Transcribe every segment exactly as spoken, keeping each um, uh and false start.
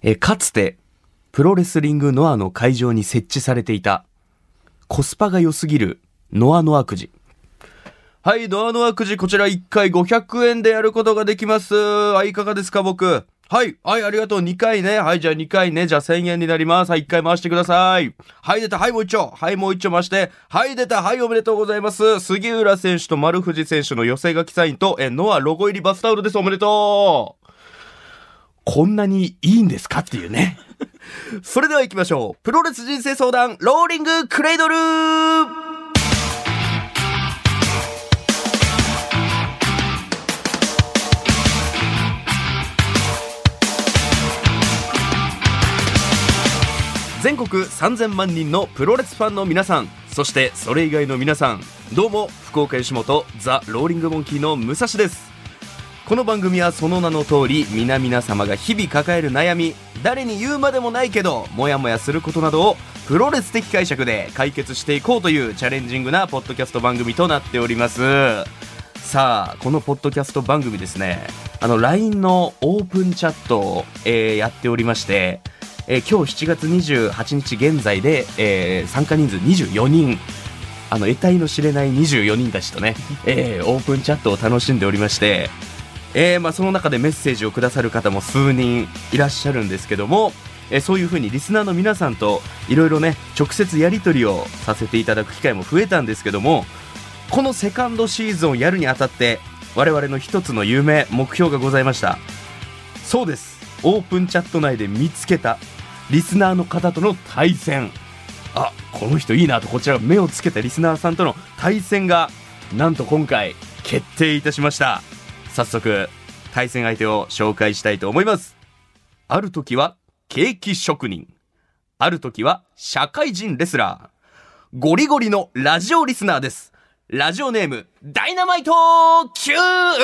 えかつてプロレスリングノアの会場に設置されていたコスパが良すぎるノアノアくじ。はい、ノアノアくじ、こちらいっかいごひゃくえんでやることができます。あ、いかがですか僕。はい、はい、ありがとう。にかいね。はい、じゃあにかいね。じゃあせんえんになります。はい、いっかい回してください。はい、出た。はい、もう一丁。はい、もう一丁回して。はい、出た。はい、おめでとうございます。杉浦選手と丸藤選手の寄せ書きサインと、え、ノアロゴ入りバスタオルです。おめでとう。こんなにいいんですかっていうね。それでは行きましょう。プロレス人生相談、ローリングクレイドル。全国さんぜんまんにんのプロレスファンの皆さん、そしてそれ以外の皆さん、どうも福岡吉本ザ・ローリングモンキーの武蔵です。この番組はその名の通り、皆々様が日々抱える悩み、誰に言うまでもないけどモヤモヤすることなどをプロレス的解釈で解決していこうというチャレンジングなポッドキャスト番組となっております。さあ、このポッドキャスト番組ですね、あの ライン のオープンチャットを、えー、やっておりまして、えー、今日しちがつにじゅうはちにち現在で、えー、参加人数にじゅうよにん、あの得体の知れないにじゅうよにんたちとね、えー、オープンチャットを楽しんでおりまして、えーまあ、その中でメッセージをくださる方も数人いらっしゃるんですけども、えー、そういう風にリスナーの皆さんといろいろね直接やり取りをさせていただく機会も増えたんですけども、このセカンドシーズンをやるにあたって我々の一つの夢目標がございました。そうです、オープンチャット内で見つけたリスナーの方との対戦、あ、この人いいなとこちら目をつけたリスナーさんとの対戦がなんと今回決定いたしました。早速対戦相手を紹介したいと思います。ある時はケーキ職人、ある時は社会人レスラー、ゴリゴリのラジオリスナーです。ラジオネームダイナマイト Q。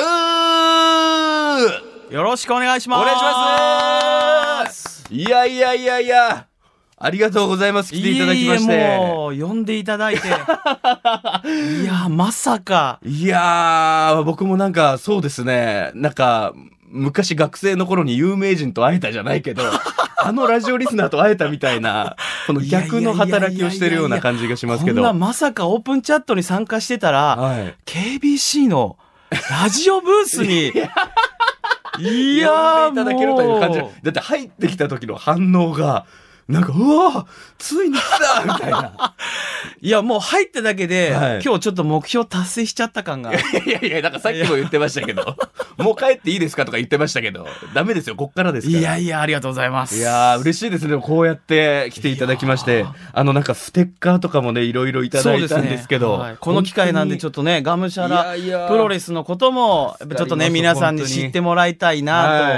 よろしくお願いします。 お願いします。いやいやいやいや、ありがとうございます。来ていただきまして。 いいえ、もう呼んでいただいていやまさか。 いやー、僕もなんかそうですね、なんか昔学生の頃に有名人と会えたじゃないけどあのラジオリスナーと会えたみたいな、この逆の働きをしてるような感じがしますけど、 こんなまさかオープンチャットに参加してたら、はい、ケービーシー のラジオブースにいや呼んでいただけるという感じ。だって入ってきた時の反応がなんか、うわついに来たみたいな。 いや、もう入っただけで、はい、今日ちょっと目標達成しちゃった感が。 いやいやいや、なんかさっきも言ってましたけど、もう帰っていいですかとか言ってましたけど、ダメですよ、こっからですから。 いやいや、ありがとうございます。 いやー、嬉しいですね。こうやって来ていただきまして、あのなんかステッカーとかもね、いろいろいただいたんですけど、 ね、はい、この機会なんでちょっとね、がむしゃらプロレスのことも、ちょっとね、皆さんに知ってもらいたいなと、はい、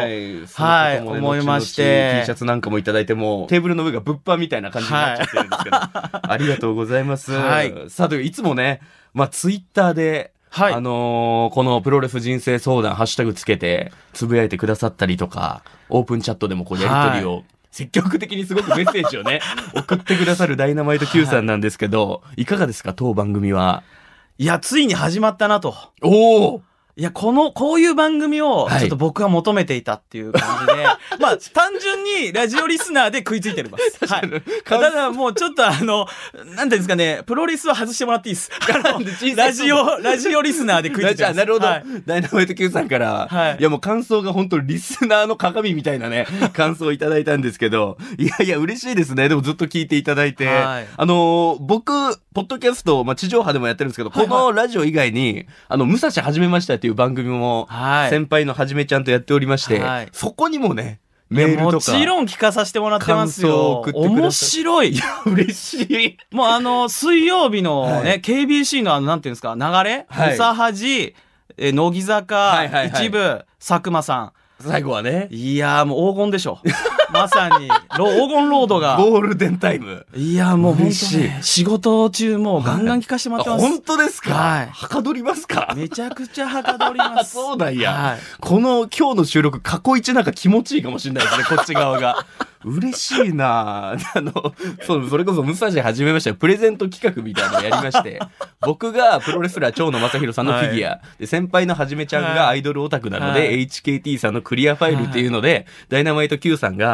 はい、思いまして。 T シャツなんかもいただいて、もテーブルの上が物販みたいな感じになっちゃってるんですけど、はい、ありがとうございます。はい、さあ、といういつもね、まあツイッターで、はい、あのー、このプロレス人生相談ハッシュタグつけてつぶやいてくださったりとか、オープンチャットでもこうやり取りを、はい、積極的にすごくメッセージをね送ってくださるダイナマイト Q さんなんですけど、はい、いかがですか、当番組は。 いや、ついに始まったなと。 おー、いや、この、こういう番組を、ちょっと僕は求めていたっていう感じで、はい、まあ、単純にラジオリスナーで食いついてます。はい。ただ、もうちょっとあの、なんていうんですかね、プロレスは外してもらっていいです。ラジオ、ラジオリスナーで食いついてます。 なるほど。はい、ダイナマイト Q さんから、はい、いやもう感想が本当リスナーの鏡みたいなね、感想をいただいたんですけど、いやいや、嬉しいですね。でもずっと聞いていただいて、はい、あのー、僕、ポッドキャスト、まあ、地上波でもやってるんですけど、はいはい、このラジオ以外に、あの、武蔵はじめましたっていう番組も、はい、先輩のはじめちゃんとやっておりまして、はい、そこにもね、メールとかもちろん聞かさせてもらってますよ。面白い。 いや、嬉しい。 もうあの、水曜日のね、はい、ケービーシー のあの、なんていうんですか、流れ、はい、ムサハジ、え、乃木坂、はいはいはい、一部、佐久間さん。 最後はね。 いやーもう黄金でしょ。まさに、黄金ロードが。 ゴールデンタイム。 いやーもう本当に、ね、仕事中もうガンガン聞かせてもらってます。 はい、本当ですか？はい。はかどりますか？ めちゃくちゃはかどります。 そうだいや、はい。この今日の収録、過去一なんか気持ちいいかもしれないですね、こっち側が。嬉しいなぁ。あの、そう、それこそ武蔵始めましたプレゼント企画みたいなのをやりまして、僕がプロレスラー蝶野正宏さんのフィギュア、はい、で先輩のはじめちゃんがアイドルオタクなので、はい、エイチケーティー さんのクリアファイルっていうので、はい、ダイナマイト Q さんが、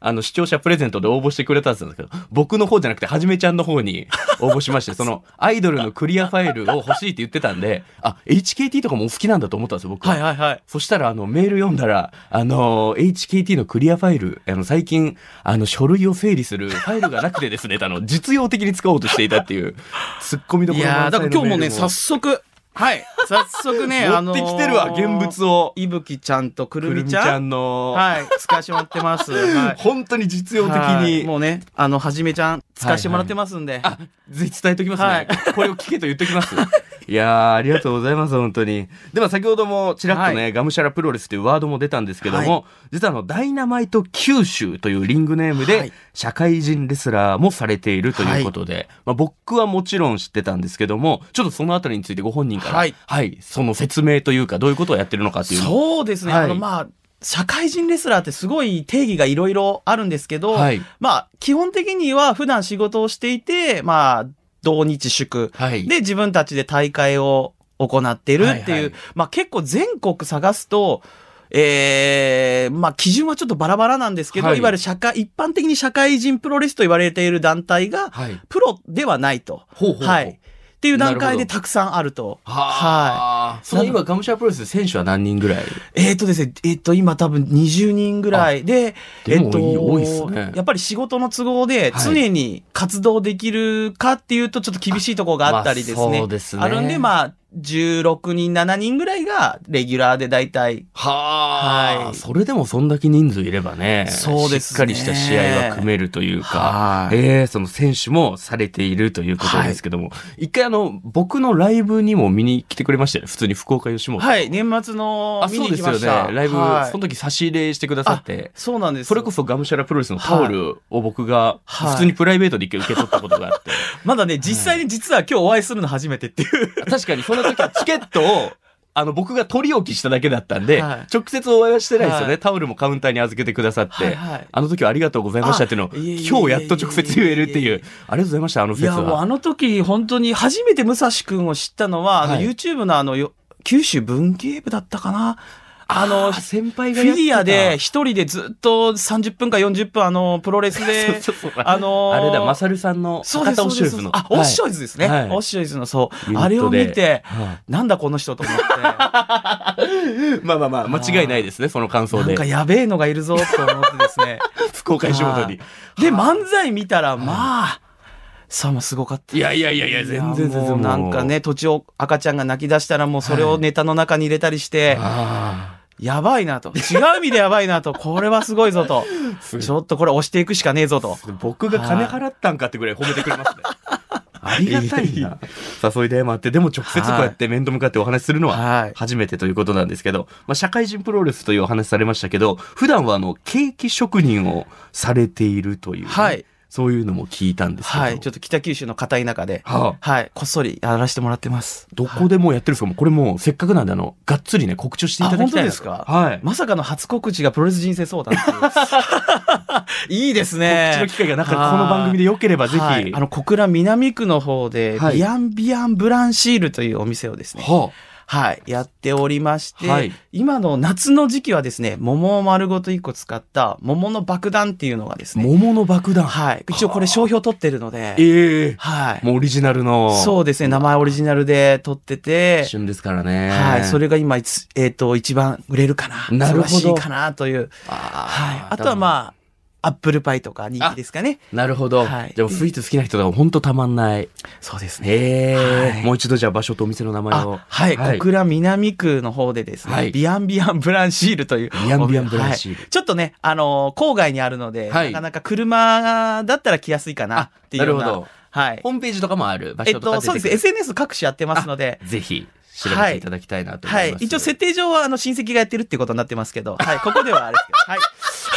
あの視聴者プレゼントで応募してくれたんですけど、僕の方じゃなくてはじめちゃんの方に応募しましてそのアイドルのクリアファイルを欲しいって言ってたんで、あ エイチケーティー とかもお好きなんだと思ったんですよ僕は。 はいはいはい。 そしたらあのメール読んだらあの エイチケーティー のクリアファイルあの最近あの書類を整理するファイルがなくてですねあの実用的に使おうとしていたっていうツッコミどころいやーだから今日もねさ早速はい早速ね持ってきてるわ、現物を。 いぶきちゃんとくるみちくるみちゃゃんんのはい使わせてもらってます、はい、 本当に実用的に、 はいもうねあのはじめちゃん使わせてもらってますんで、 はいはい、あぜひ伝えときますね、 はい、 これを聞けと言っときますいやーありがとうございます本当に。では先ほどもちらっとね、はい、がむしゃらプロレスというワードも出たんですけども、はい、実はあのダイナマイト九州というリングネームで、はい、社会人レスラーもされているということで、はいまあ、僕はもちろん知ってたんですけどもちょっとそのあたりについてご本人から、はいはい、その説明というかどういうことをやってるのかっていうのそうですね、はい、あのまあ社会人レスラーってすごい定義がいろいろあるんですけど、はい、まあ基本的には普段仕事をしていてまあ同日祝、はい、で自分たちで大会を行っているっていう、はいはい、まあ結構全国探すとえー、まあ基準はちょっとバラバラなんですけど、はい、いわゆる社会一般的に社会人プロレスと言われている団体が、はい、プロではないと。ほうほうほうはいっていう段階でたくさんあると。 ははい。その今、がむしゃらプロレスで選手は何人ぐらいえっとですね、えっと、今多分にじゅうにんぐらいで、 でも、えっと、多いっすね。やっぱり仕事の都合で常に活動できるかっていうとちょっと厳しいところがあったりですね。まあ、そうですね。あるんで、まあ、じゅうろくにん、しちにんぐらいがレギュラーで大体。 はあ、はい。それでもそんだけ人数いればね。 そうですね。 しっかりした試合は組めるというか。ええー、その選手もされているということですけども。はい、一回あの、僕のライブにも見に来てくれましたよね。普通に福岡吉本。 はい。年末の見に来ました。あ、そうですよね。 ライブ、 はい、 その時差し入れしてくださって。 そうなんです。 それこそがむしゃらプロレスのタオルを僕が普通にプライベートで受け取ったことがあって。はい、 まだね、実際に実は今日お会いするの初めてっていう。 確かに、その時はチケットを、あの、僕が取り置きしただけだったんで、はい、直接お会いはしてないですよね、はい。タオルもカウンターに預けてくださって、はいはい、あの時はありがとうございましたっていうのを、今日やっと直接言えるっていう、ありがとうございました、あのフェスは。いや、もうあの時、本当に初めて武蔵くんを知ったのは、はい、あの YouTube のあの、九州文芸部だったかな。あの、先輩がフィギュアで一人でずっとさんじゅっぷんかよんじゅっぷんあの、プロレスで、そうそうそうあのー、 あれだ、マサルさんの博多オッショイズの。 あ、オッショイズですね。はい、オッショイズの、そう。あれを見て、はい、なんだこの人と思って。まあまあまあ、間違いないですね、その感想で。 なんかやべえのがいるぞと思ってですね。 福岡吉本に。 で、漫才見たら、まあ、さあもうすごかった。 いやいやいやいや、全然全然。 なんかね、途中赤ちゃんが泣き出したらもうそれをネタの中に入れたりして、はい、やばいなと。違う意味でやばいなと。これはすごいぞと。ちょっとこれ押していくしかねえぞと。 僕が金払ったんかってぐらい褒めてくれますね。ありがたいな。誘いでもあって、でも直接こうやって面と向かってお話しするのは初めてということなんですけど、まあ、社会人プロレスというお話されましたけど、普段はあの、ケーキ職人をされているという、ね。はい。そういうのも聞いたんですけど。 はい。ちょっと北九州の片田舎で、はあ、はい。こっそりやらせてもらってます。 どこでもやってるんですか、はい、これもうせっかくなんで、あの、がっつりね、告知していただきたいな。 本当ですか？ はい。 まさかの初告知がプロレス人生相談っていう。いいですね。 告知の機会がなかったこの番組でよければぜひ。はい、 あの、小倉南区の方で、はい、ビアンビアンブランシールというお店をですね。はあはい。やっておりまして、はい、今の夏の時期はですね、桃を丸ごといっこ使った桃の爆弾っていうのがですね。 桃の爆弾はい。一応これ商標取ってるので。 ええー、 はい。 もうオリジナルの。 そうですね。名前オリジナルで取ってて。 旬ですからね。 はい。それが今、えっ、ー、と、一番売れるかな。 なるほど。 素晴らしいかなという。あはい。あとはまあ、アップルパイとか人気ですかね。 なるほど。はい。でもスイーツ好きな人が本当たまんない。 そうですね。 へえ、はい。もう一度じゃあ場所とお店の名前を。 はい。はい、小倉南区の方でですね、はい、ビアンビアンブランシールという。 ビアンビアンブランシール。 はい、ちょっとね、あのー、郊外にあるので、はい、なかなか車だったら来やすいかなっていうような。なるほど。はい。 ホームページとかもある場所とか出てくる。 えっと、そうです。エスエヌエス 各種やってますので。 ぜひ。調べていただきたいなと思います。はい。はい、 一応設定上はあの親戚がやってるっていうことになってますけど、はい。ここではあれですけど。はい。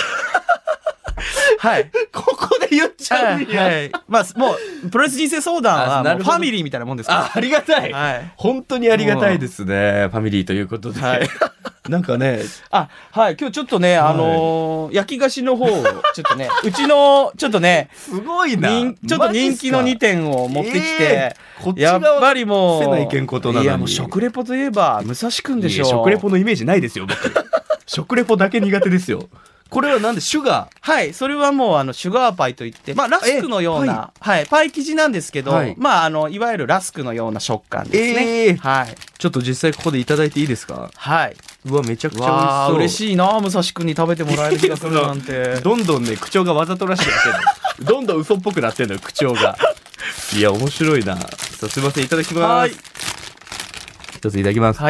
はい。 ここで言っちゃうんや。はい。 まあ、もう、プロレス人生相談は、ファミリーみたいなもんですから。 あ、ありがたい。はい。本当にありがたいですね。ファミリーということで。はい。なんかね。 あ、はい。今日ちょっとね、あのー、焼き菓子の方を、ちょっとね、うちの、ちょっとね、 すごいな。 ちょっと人気のにてんを持ってきて、 えー、こっちやっぱりもう、 せないけんことなのに。 いや、もう食レポといえば、武蔵くんでしょ。 食レポのイメージないですよ、僕。食レポだけ苦手ですよ。 これはなんでシュガー？ はい。それはもう、あの、シュガーパイといって、まあ、ラスクのような、はい、パイ生地なんですけど、はい、まあ、あの、いわゆるラスクのような食感ですね。 えー、 はい。 ちょっと実際ここでいただいていいですか？ はい。 うわ、めちゃくちゃ美味しそう。 嬉しいな、武蔵くんに食べてもらえる気がするなんて。 どんどんね、口調がわざとらしくなってるの。どんどん嘘っぽくなってんのよ、口調が。いや、面白いな。さあ、すいません、いただきます。はい。一ついただきます。 はい。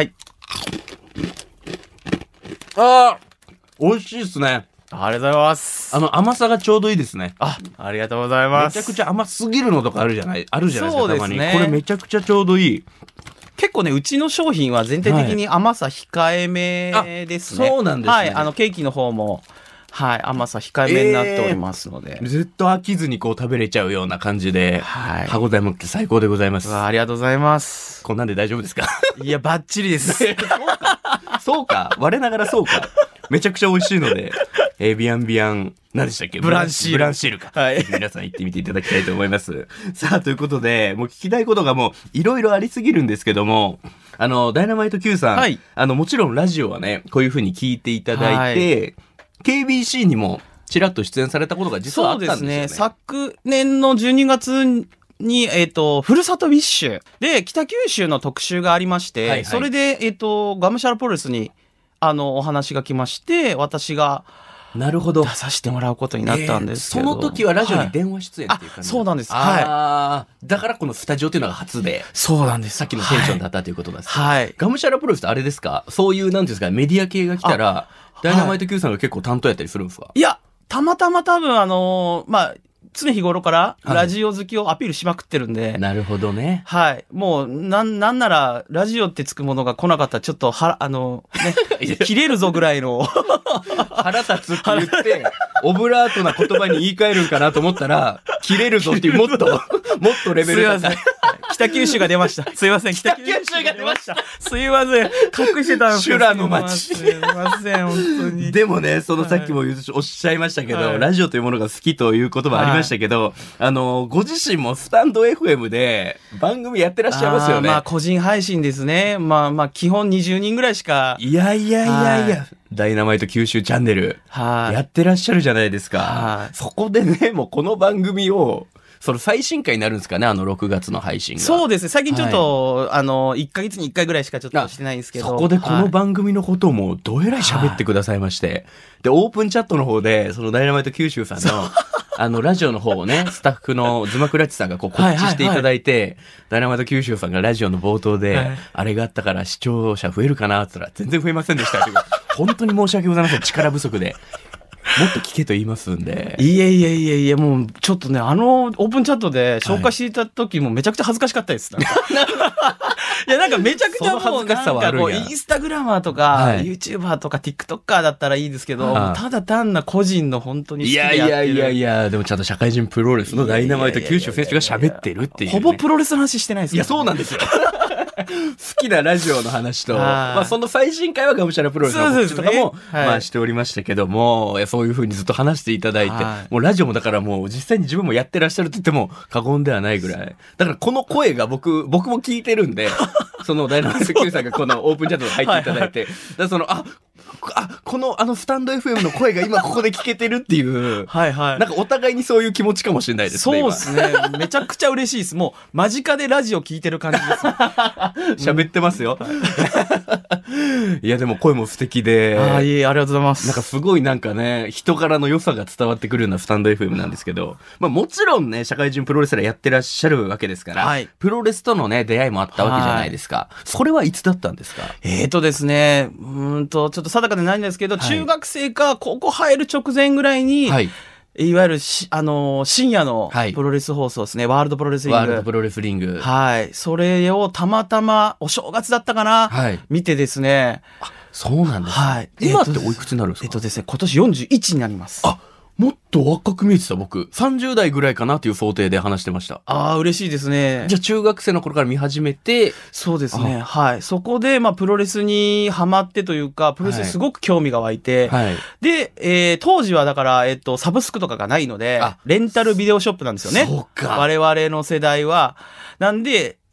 あー、美味しいですね。 ありがとうございます。 あの甘さがちょうどいいですね。 あ、ありがとうございます。 めちゃくちゃ甘すぎるのとかあるじゃない、あるじゃないですか。 そうですね。 たまに。これめちゃくちゃちょうどいい。 結構ね、うちの商品は全体的に甘さ控えめですね。 そうなんですね。 はい、あのケーキの方も。はい、甘さ控えめになっておりますので、 えー、ずっと飽きずにこう食べれちゃうような感じで、はい、歯応えもって最高でございます。 ありがとうございます。 こんなんで大丈夫ですか？ いや、バッチリです。 そうか、そうか、我ながらそうか。めちゃくちゃ美味しいので、えー、ビアンビアン、何でしたっけ？ ブランシール。 ブランシールか。はい。皆さん行ってみていただきたいと思います。さあ、ということで、もう聞きたいことがもういろいろありすぎるんですけども、あの、ダイナマイト Q さん、はい、あの、もちろんラジオはね、こういう風に聞いていただいて、はい、ケービーシー にもちらっと出演されたことが実はあったんですよね。そうですね。 昨年のじゅうにがつに、えっと、ふるさとウィッシュで北九州の特集がありまして、はいはい、それで、えっと、がむしゃらプロレスに、あの、お話が来まして、私が、 なるほど。 出させてもらうことになったんですけど、 えー、その時はラジオに電話出演っていう感じ、はい、 そうなんです。 はい。だからこのスタジオっていうのが初で。 そうなんです。 さっきのテンションだったということです。 はい。 がむしゃらプロレスってあれですか？そういう、なんていうんですか、メディア系が来たら、ダイナマイト Q さんが結構担当やったりするんですか？ いや、たまたま多分あのー、まあ、常日頃からラジオ好きをアピールしまくってるんで。はい、 なるほどね。 はい。もう、なん、なんなら、ラジオってつくものが来なかったら、ちょっと、は、あの、ね、切れるぞぐらいの。 腹立つって言って、オブラートな言葉に言い換えるんかなと思ったら、切れるぞっていう、もっと、もっとレベル高い。 北九州が出ました。すいません。 北九州が出ました。 すいません。隠してたんですよ。 修羅の街。 すいません、本当に。 でもね、そのさっきもおっしゃいましたけど、はい、ラジオというものが好きという言葉ありましたけど、はい、あの、ご自身もスタンド エフエム で番組やってらっしゃいますよね。 あまあ、個人配信ですね。まあまあ、基本にじゅうにんぐらいしか。 いやいやいやいや。はい、ダイナマイト九州チャンネル。はい。やってらっしゃるじゃないですか。はい。そこでね、もうこの番組を、その最新回になるんですかね、あのろくがつの配信が。 そうですね。最近ちょっと、はい、あの、いっかげつにいっかいぐらいしかちょっとしてないんですけど。 そこでこの番組のことをもうどえらい喋ってくださいまして。はい、で、オープンチャットの方で、そのダイナマイト九州さんの、あの、ラジオの方をね、スタッフのズマクラッチさんがこう告知していただいて、はいはいはい、ダイナマイト九州さんがラジオの冒頭で、はい、あれがあったから視聴者増えるかなって言ったら、全然増えませんでした。本当に申し訳ございません。力不足で。もっと聞けと言いますんで。 いえいえいえいえ、もうちょっとね、あのオープンチャットで紹介していた時もめちゃくちゃ恥ずかしかったです。はい、いや、なんかめちゃくちゃもうなんかこう、インスタグラマーとか、はい、YouTuber とか TikToker だったらいいですけど、はあ、ただ単な個人の本当に好きでやってる。いやいやいやいや、 でもちゃんと社会人プロレスのダイナマイト九州選手が喋ってるっていう、ね。 ほぼプロレスの話してないですよ、ね。いや、そうなんですよ。好きなラジオの話と、まあその最新回はがむしゃらプロレスの告知とかも、ね、はい、まあしておりましたけども、そういう風にずっと話していただいて、はい、もうラジオもだからもう実際に自分もやってらっしゃるって言っても過言ではないぐらい。だからこの声が僕、僕も聞いてるんで、そのダイナマイト Q さんがこのオープンチャットに入っていただいて、はいはい、だからその、あ、あ、このあのスタンド エフエム の声が今ここで聞けてるっていう、はいはい。なんかお互いにそういう気持ちかもしれないですね。 そうですね。めちゃくちゃ嬉しいです。もう間近でラジオ聞いてる感じです。 喋ってますよ。いやでも声も素敵で。 ああ、いえ、ありがとうございます。 なんかすごいなんかね、人柄の良さが伝わってくるようなスタンド エフエム なんですけど、まあもちろんね、社会人プロレスラーやってらっしゃるわけですから、はい、プロレスとのね、出会いもあったわけじゃないですか。はい、それはいつだったんですか？ えーとですね、うーんと、ちょっと定かでないんですけど、はい、中学生か高校入る直前ぐらいに、はい、いわゆるし、あのー、深夜のプロレス放送ですね、はい、ワールドプロレスリング。 ワールドプロレスリング。 はい。それをたまたま、お正月だったかな、はい、見てですね。 あ、そうなんですか。はい。今っておいくつになるんですか？ えっとですね、今年よんじゅういちになります。 あ、もっと若く見えてた僕。さんじゅう代ぐらいかなっていう想定で話してました。 ああ、嬉しいですね。 じゃあ中学生の頃から見始めて。 そうですね。はい。そこで、まあ、プロレスにハマってというか、プロレスにすごく興味が湧いて。はい。で、えー、当時はだから、えっと、サブスクとかがないので、レンタルビデオショップなんですよね。そうか。我々の世代は。なんで、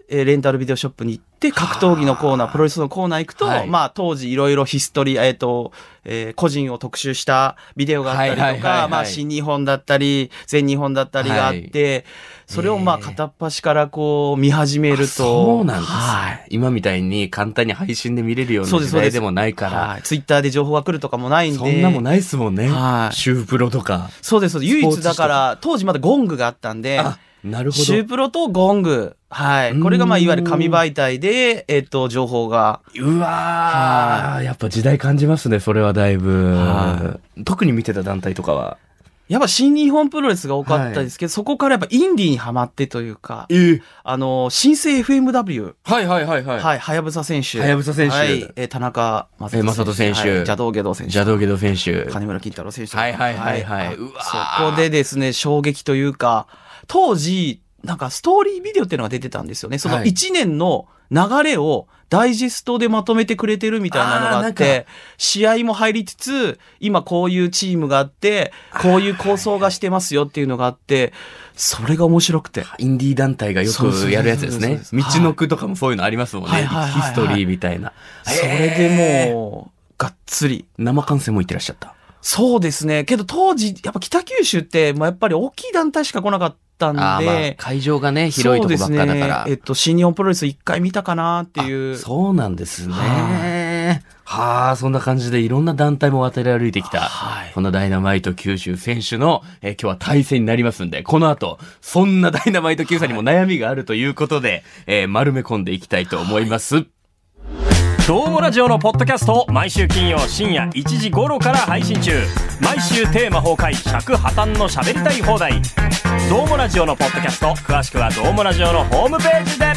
えーレンタルビデオショップに行って、格闘技のコーナー、プロレスのコーナー行くと、はい、まあ当時いろいろヒストリー、えっ、ー、と、えー、個人を特集したビデオがあったりとか、はいはいはいはい、まあ新日本だったり、全日本だったりがあって、はい、それをまあ片っ端からこう見始めると。 そうなんです、ね、はい。今みたいに簡単に配信で見れるような時代でもないから。はい、 ツイッターで情報が来るとかもないんで。 そんなもないですもんね。はい。シュープロとか。 そうです。唯一だから、当時まだゴングがあったんで、 あ、なるほど。 シュープロとゴング。はい。これがまあいわゆる紙媒体で、えっと、情報が。 うわー。やっぱ時代感じますね、それはだいぶ。特に見てた団体とかは。 やっぱ新日本プロレスが多かったですけど、はい、そこからやっぱインディーにハマってというか、えー、あの、新生 エフエムダブリュー。 はいはいはいはい。 はい、はやぶさ選手。 はやぶさ選手。 はい、えー、田中正人選手。 選手。はい、 邪道下道選手。 邪道下道選手。 金村金太郎選手。 はいはいはいはい。はい、 うわそこでですね、衝撃というか、当時、なんかストーリービデオっていうのが出てたんですよね。そのいちねんの流れをダイジェストでまとめてくれてるみたいなのがあって、試合も入りつつ、今こういうチームがあって、こういう構想がしてますよっていうのがあって、それが面白くて。 インディー団体がよくやるやつですね。道の句とかもそういうのありますもんね。ヒストリーみたいな。 それでもう、がっつり。 生観戦も行ってらっしゃった。 そうですね。けど当時、やっぱ北九州って、まあ、やっぱり大きい団体しか来なかったんで。あまあ会場がね、広いとこばっかだから。 ね、えっと、新日本プロレス一回見たかなっていう。 そうなんですね。はあ、そんな感じでいろんな団体も渡り歩いてきた。はい。このダイナマイト九州選手の、えー、今日は対戦になりますんで、この後、そんなダイナマイト九さんにも悩みがあるということで、はい、えー、丸め込んでいきたいと思います。はい、 どうもラジオのポッドキャストを毎週金曜深夜いちじ頃から配信中。毎週テーマ崩壊、尺破綻の喋りたい放題。どうもラジオのポッドキャスト、詳しくはどうもラジオのホームページで。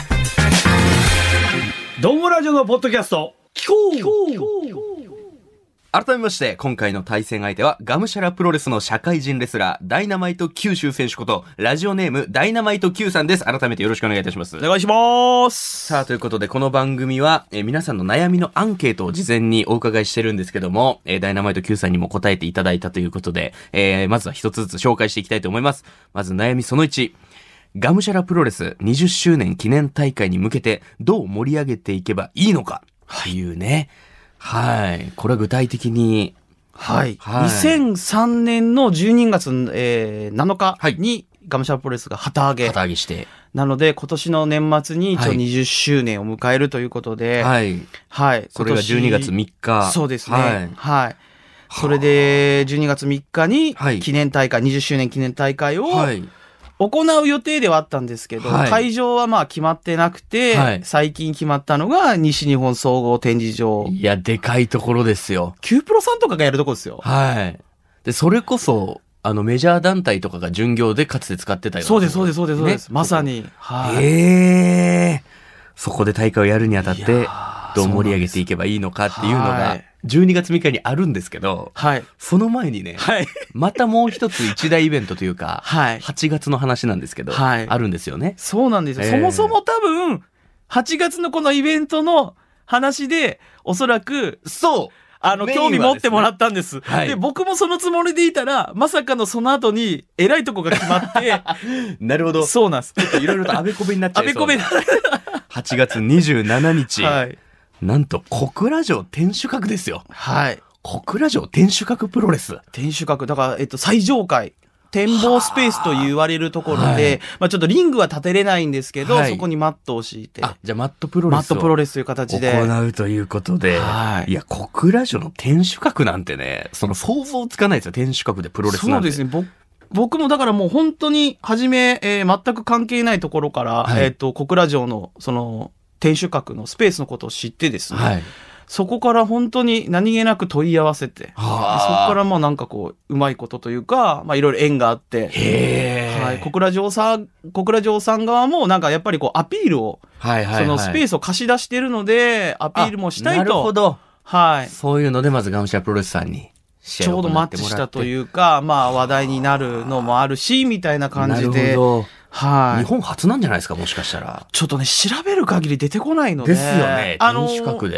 どうもラジオのポッドキャスト、聞こう聞こう。 改めまして、今回の対戦相手は、ガムシャラプロレスの社会人レスラー、ダイナマイト九州選手こと、ラジオネーム、ダイナマイト九さんです。改めてよろしくお願いいたします。 お願いします。 さあ、ということで、この番組は、えー、皆さんの悩みのアンケートを事前にお伺いしてるんですけども、えー、ダイナマイト九さんにも答えていただいたということで、えー、まずは一つずつ紹介していきたいと思います。まず悩みそのいち。ガムシャラプロレスにじゅっしゅうねん記念大会に向けて、どう盛り上げていけばいいのか、というね。はい。これは具体的に、 はい。はい、にせんさんねんのじゅうにがつ、えー、なのかにガムシャラプロレスが旗揚げ。 旗揚げして。 なので、今年の年末に一応にじゅっしゅうねんを迎えるということで。 はい。 はい。 それがじゅうにがつみっか。 そうですね。はい。はい、それで、じゅうにがつみっかに記念大会、はい、にじゅっしゅうねん記念大会を、はい、行う予定ではあったんですけど、はい、会場はまあ決まってなくて、はい、最近決まったのが西日本総合展示場。 いや、でかいところですよ。 キュープロさんとかがやるとこですよ。 はい。で、それこそ、あの、メジャー団体とかが巡業でかつて使ってたような。 そうです、そうです、そうです、そうです。まさに。 はい。へー。そこで大会をやるにあたって、どう盛り上げていけばいいのかっていうのが、じゅうにがつみっかにあるんですけど、はい、その前にね、はい、またもう一つ一大イベントというか、はい、はちがつの話なんですけど、はい、あるんですよね。 そうなんですよ。えー、そもそも多分、はちがつのこのイベントの話で、おそらく、 そうあの、興味持ってもらったんです。で、 はい、 僕もそのつもりでいたら、まさかのその後に、偉いとこが決まって、 なるほど。 そうなんです。 ちょっといろいろとあべこべになっちゃいそう。 あべこべになる。 はちがつにじゅうしちにち。はい。なんと、小倉城天守閣ですよ。 はい。 小倉城天守閣プロレス。 天守閣。だから、えっと、最上階。展望スペースと言われるところで、はい、まあちょっとリングは立てれないんですけど、はい、そこにマットを敷いて。 あ、じゃあマットプロレスを。 マットプロレスという形で。 行うということで。はい。いや、小倉城の天守閣なんてね、その想像つかないですよ、天守閣でプロレスなんて。 そうですね。僕もだからもう本当に、はじめ、えー、全く関係ないところから、はい、えっと、小倉城の、その、天守閣のスペースのことを知ってですね。はい。そこから本当に何気なく問い合わせて、そこからまあなんかこう、うまいことというか、まあいろいろ縁があって、 へはい、小倉城さん、小倉城さん側もなんかやっぱりこうアピールを、はいはいはい、そのスペースを貸し出してるので、アピールもしたいと。 なるほど。 はい。 そういうのでまずガムシャラプロレスさんに。 ちょうどマッチしたというか、まあ話題になるのもあるし、みたいな感じで。なるほど。はい。 日本初なんじゃないですか、もしかしたら。 ちょっとね、調べる限り出てこないので。 ですよね。天守閣で。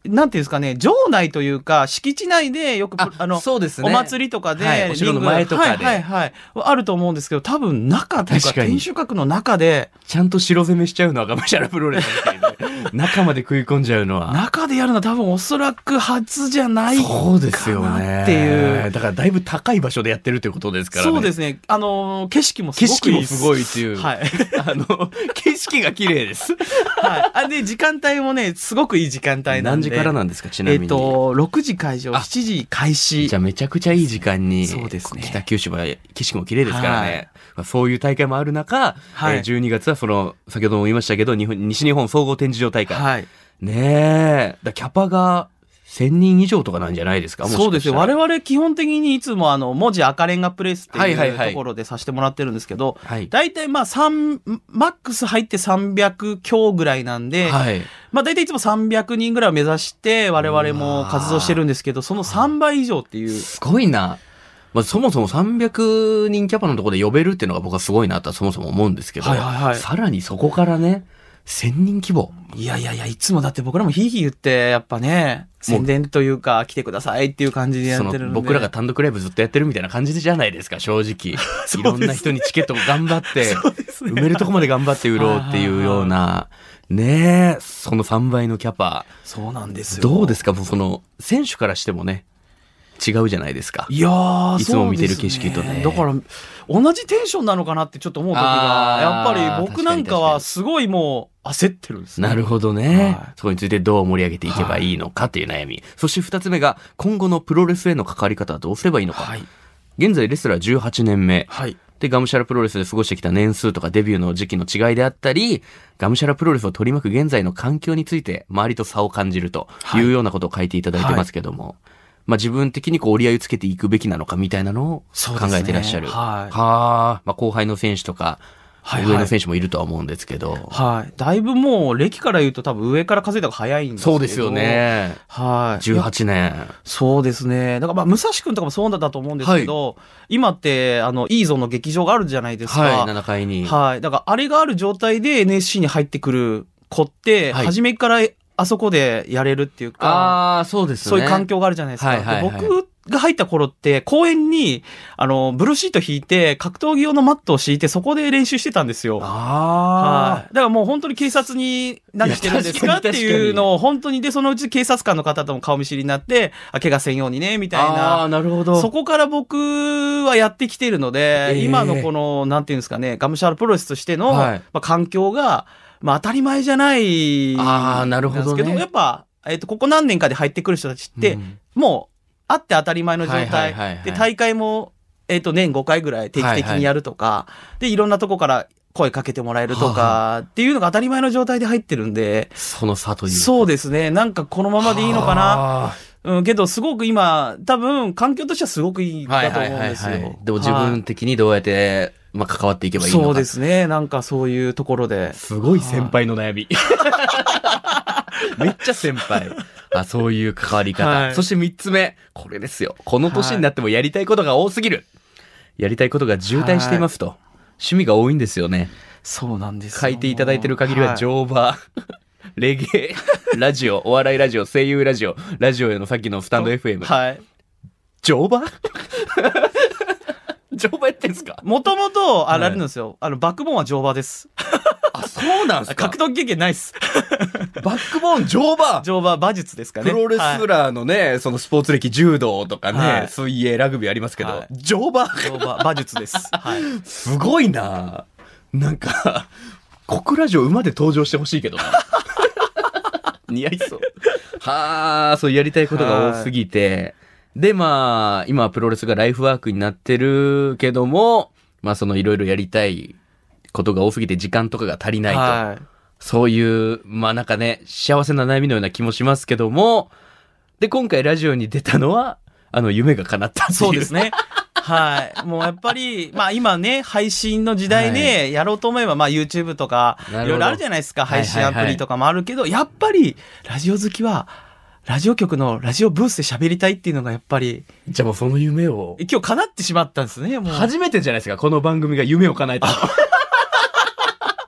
なんていうんですかね、場内というか、敷地内でよく、あ, あの、 そうですね、 お祭りとかで、 はい、お城の前とかで。 はいはいはい。あると思うんですけど、多分中というか、天守閣の中で。 ちゃんと城攻めしちゃうのはがむしゃらプロレスみたいな。中まで食い込んじゃうのは。 中でやるのは多分おそらく初じゃないかなっていう。 そうですよね。だからだいぶ高い場所でやってるということですからね。 そうですね。あの、景色もすごくいいです。 景色もすごいっていう。はい。あの、景色が綺麗です。 はい。あ、で、時間帯もね、すごくいい時間帯なんで。 何時からなんですか、ちなみに。 えっと、ろくじ開場、しちじ開始。 じゃあめちゃくちゃいい時間に。 そうですね。 北九州は景色も綺麗ですからね。はい、そういう大会もある中、はい、えー、じゅうにがつはその、先ほども言いましたけど、日本、西日本総合展示場大会。はい。ねえ。だキャパが、せんにん以上とかなんじゃないですか。もしかしたら。 そうですよ。我々基本的にいつもあの文字赤レンガプレスっていうところでさせてもらってるんですけど、はいはいはい、大体まあ3、マックス入ってさんびゃく強ぐらいなんで、はい、まあ大体いつもさんびゃくにんぐらいを目指して我々も活動してるんですけど、そのさんばい以上っていう。 すごいな。まあ、そもそもさんびゃくにんキャパのところで呼べるっていうのが僕はすごいなとはそもそも思うんですけど、はいはいはい、さらにそこからね、せんにん規模。 いやいやいや、いつもだって僕らもヒーヒー言って、やっぱね、宣伝というか、来てくださいっていう感じでやってるので。 僕らが単独ライブずっとやってるみたいな感じじゃないですか、正直。いろんな人にチケットを頑張って、埋めるとこまで頑張って売ろうっていうような、ねえ、そのさんばいのキャパ。 そうなんですよ。 どうですか、その、選手からしてもね、違うじゃないですか。 いやー、 いつも見てる景色とね。 だから、同じテンションなのかなってちょっと思う時が、やっぱり僕なんかはすごいもう焦ってるんですね。 なるほどね、はい。そこについてどう盛り上げていけばいいのかっていう悩み。はい、そして二つ目が、今後のプロレスへの関わり方はどうすればいいのか。はい、現在レスラーじゅうはちねんめ。はい、で、がむしゃらプロレスで過ごしてきた年数とかデビューの時期の違いであったり、がむしゃらプロレスを取り巻く現在の環境について、周りと差を感じるというようなことを書いていただいてますけども。はいはい、まあ、自分的にこう折り合いをつけていくべきなのかみたいなのを考えていらっしゃる。ね、はい。はあ、まあ、後輩の選手とか、はいはい、上の選手もいるとは思うんですけど。 はい。だいぶもう歴から言うと多分上から数えた方が早いんですけど。 そうですよね。はい。じゅうはちねん。 そうですね。だからまあ、武蔵くんとかもそうだったと思うんですけど、はい、今って、あの、いいぞの劇場があるじゃないですか。 はい、ななかいに。 はい。だからあれがある状態で エヌエスシー に入ってくる子って、はい、初めからあそこでやれるっていうか、 ああ、そうですね。 そういう環境があるじゃないですか。はいはいはい、僕が入った頃って、公園に、あの、ブルーシート引いて、格闘技用のマットを敷いて、そこで練習してたんですよ。ああ。はい。だからもう本当に警察に何してるんですかっていうのを、本当に、で、そのうち警察官の方とも顔見知りになって、あ、怪我せんようにね、みたいな。 ああ、なるほど。 そこから僕はやってきているので、えー、今のこの、なんていうんですかね、がむしゃらプロレスとしての、はい、まあ、環境が、まあ、当たり前じゃない。 ああ、なるほどね。 ですけど、やっぱ、えっと、ここ何年かで入ってくる人たちって、うん、もう、あって当たり前の状態。はいはいはいはい、で、大会も、えっと、年ごかいぐらい定期的にやるとか、はいはい、で、いろんなとこから声かけてもらえるとか、はあ、っていうのが当たり前の状態で入ってるんで。 その差という。 そうですね。なんかこのままでいいのかな。はあ、うん、けど、すごく今、多分、環境としてはすごくいいだと思うんですよ。はいはいはいはい、 でも自分的にどうやって、まあ、関わっていけばいいのか。 そうですね。なんかそういうところで。 すごい先輩の悩み。めっちゃ先輩。あ、そういう関わり方。はい、そして三つ目。これですよ。この年になってもやりたいことが多すぎる。はい、やりたいことが渋滞していますと。はい、趣味が多いんですよね。 そうなんですよ。 書いていただいてる限りは乗馬、はい、レゲエ、ラジオ、お笑いラジオ、声優ラジオ、ラジオへのさっきのスタンド エフエム。はい。乗馬乗馬やってんすか？ もともと、あれなんですよ。はい、あの、バックボーンは乗馬です。 あ、そうなんすか？ 格闘技経験ないっす。 バックボーン乗馬乗馬馬術ですかね。 プロレスラーのね、はい、そのスポーツ歴柔道とかね、はい、水泳、ラグビーありますけど、はい、乗馬乗馬馬術です。はい。 すごいな。なんか、小倉城馬で登場してほしいけどな。似合いそう。はあ、そうやりたいことが多すぎて、で、まあ、今はプロレスがライフワークになってるけども、まあ、そのいろいろやりたいことが多すぎて時間とかが足りないと。はい、そういう、まあなんかね、幸せな悩みのような気もしますけども、で、今回ラジオに出たのは、あの、夢が叶ったっていう。 そうですね。はい。もうやっぱり、まあ今ね、配信の時代で、はい、やろうと思えば、まあ YouTube とか、いろいろあるじゃないですか。配信アプリとかもあるけど、はいはいはい、やっぱり、ラジオ好きは、ラジオ局のラジオブースで喋りたいっていうのがやっぱり。 じゃあもうその夢を。 今日叶ってしまったんですね、もう。 初めてじゃないですか、この番組が夢を叶えたの。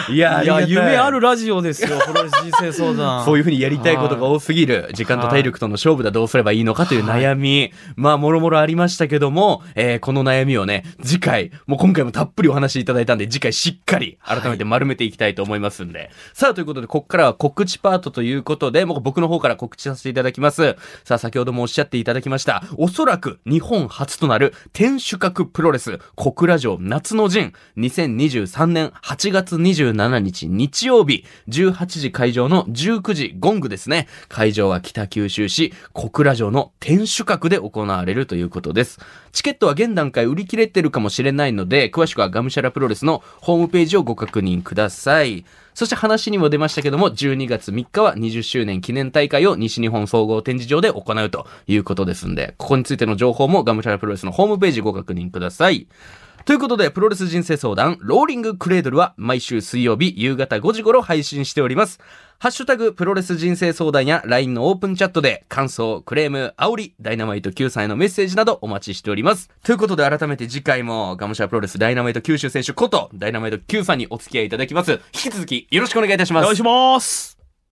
いや、 いや夢あるラジオですよ、プロレス人生相談。 そういうふうにやりたいことが多すぎる、時間と体力との勝負だ、どうすればいいのかという悩み、はい、まあもろもろありましたけども、えー、この悩みをね、次回もう今回もたっぷりお話しいただいたんで、次回しっかり改めて丸めていきたいと思いますんで、はい、さあということで、ここからは告知パートということで、もう僕の方から告知させていただきます。さあ先ほどもおっしゃっていただきました、おそらく日本初となる天守閣プロレス小倉城夏の陣、にせんにじゅうさんねんはちがつにじゅうしちにち日曜日、じゅうはちじ会場のじゅうくじゴングですね。会場は北九州市小倉城の天守閣で行われるということです。チケットは現段階売り切れてるかもしれないので、詳しくはがむしゃらプロレスのホームページをご確認ください。そして話にも出ましたけども、じゅうにがつみっかはにじゅっしゅうねん記念大会を西日本総合展示場で行うということですんで、ここについての情報もがむしゃらプロレスのホームページご確認ください。ということで、プロレス人生相談ローリングクレードルは毎週水曜日夕方ごじ頃配信しております。ハッシュタグプロレス人生相談や ライン のオープンチャットで感想、クレーム、煽り、ダイナマイトきゅうさんへのメッセージなどお待ちしております。ということで、改めて次回もガムシャプロレスダイナマイト九州選手ことダイナマイトきゅうさんにお付き合いいただきます。引き続きよろしくお願いいたします。 お願いします。